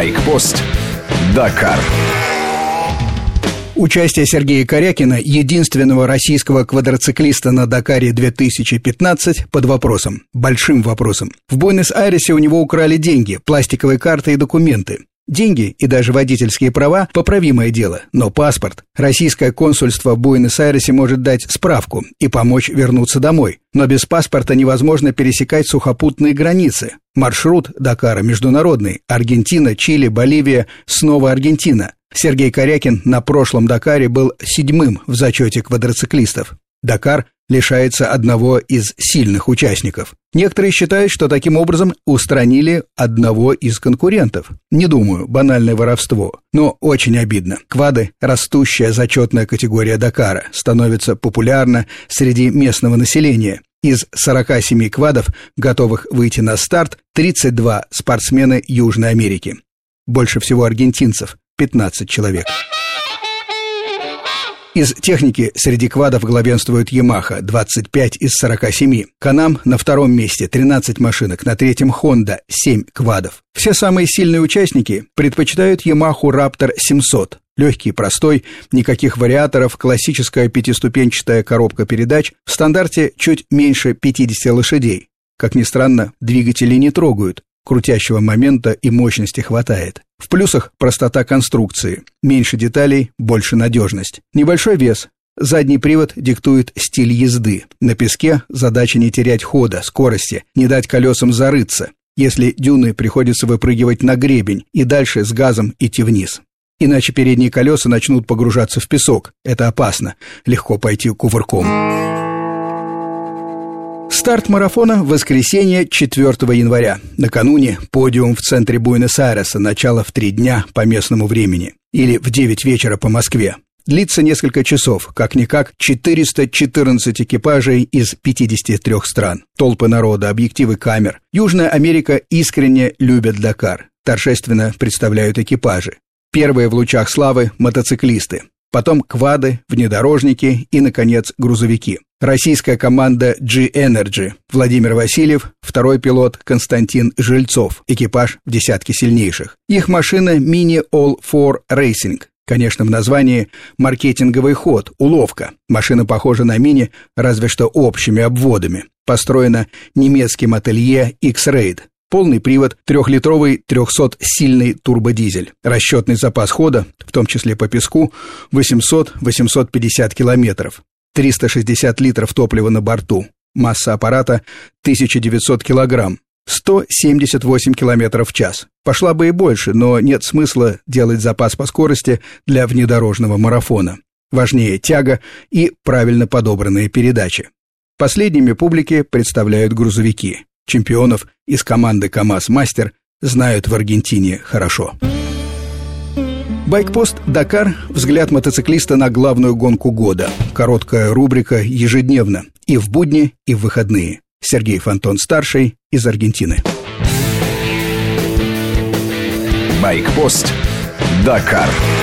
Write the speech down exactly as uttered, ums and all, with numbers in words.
Байкпост. Дакар. Участие Сергея Корякина, единственного российского квадроциклиста на Дакаре две тысячи пятнадцать, под вопросом, большим вопросом. В Буэнос-Айресе у него украли деньги, пластиковые карты и документы. Деньги и даже водительские права – поправимое дело, но паспорт. Российское консульство в Буэнос-Айресе может дать справку и помочь вернуться домой. Но без паспорта невозможно пересекать сухопутные границы. Маршрут Дакара международный – Аргентина, Чили, Боливия, снова Аргентина. Сергей Корякин на прошлом Дакаре был седьмым в зачете квадроциклистов. Дакар лишается одного из сильных участников. Некоторые считают, что таким образом устранили одного из конкурентов. Не думаю, банальное воровство, но очень обидно. Квады, растущая зачетная категория Дакара, становится популярна среди местного населения. Из сорока семи квадов, готовых выйти на старт, тридцать два спортсмены Южной Америки. Больше всего аргентинцев – пятнадцать человек. Из техники среди квадов главенствует Yamaha – двадцать пять из сорока семи. Can-Am на втором месте – тринадцать машинок, на третьем Honda – семь квадов. Все самые сильные участники предпочитают Yamaha Raptor семьсот. Легкий, простой, никаких вариаторов, классическая пятиступенчатая коробка передач, в стандарте чуть меньше пятидесяти лошадей. Как ни странно, двигатели не трогают. Крутящего момента и мощности хватает. В плюсах простота конструкции. Меньше деталей, больше надежность. Небольшой вес. Задний привод диктует стиль езды. На песке задача не терять хода, скорости, не дать колесам зарыться. Если дюны, приходится выпрыгивать на гребень и дальше с газом идти вниз. Иначе передние колеса начнут погружаться в песок. Это опасно. Легко пойти кувырком. Старт марафона в воскресенье, четвёртого января. Накануне подиум в центре Буэнос-Айреса, начало в три дня по местному времени. Или в девять вечера по Москве. Длится несколько часов, как-никак четыреста четырнадцать экипажей из пятидесяти трёх стран. Толпы народа, объективы камер. Южная Америка искренне любит Дакар. Торжественно представляют экипажи. Первые в лучах славы – мотоциклисты. Потом квады, внедорожники и, наконец, грузовики. Российская команда G-Energy. Владимир Васильев, второй пилот Константин Жильцов. Экипаж в десятке сильнейших. Их машина Mini All Four Racing. Конечно, в названии маркетинговый ход, уловка. Машина похожа на Mini, разве что общими обводами. Построена немецким ателье X-Raid. Полный привод, трехлитровый трехсотсильный турбодизель. Расчетный запас хода, в том числе по песку, восемьсот - восемьсот пятьдесят километров. триста шестьдесят литров топлива на борту. Масса аппарата тысяча девятьсот килограмм. сто семьдесят восемь километров в час. Пошла бы и больше, но нет смысла делать запас по скорости для внедорожного марафона. Важнее тяга и правильно подобранные передачи. Последними публике представляют грузовики. Чемпионов из команды КамАЗ-Мастер знают в Аргентине хорошо. Байкпост Дакар. Взгляд мотоциклиста на главную гонку года. Короткая рубрика ежедневно. И в будни, и в выходные. Сергей Фонтон-старший из Аргентины. Байкпост. Дакар.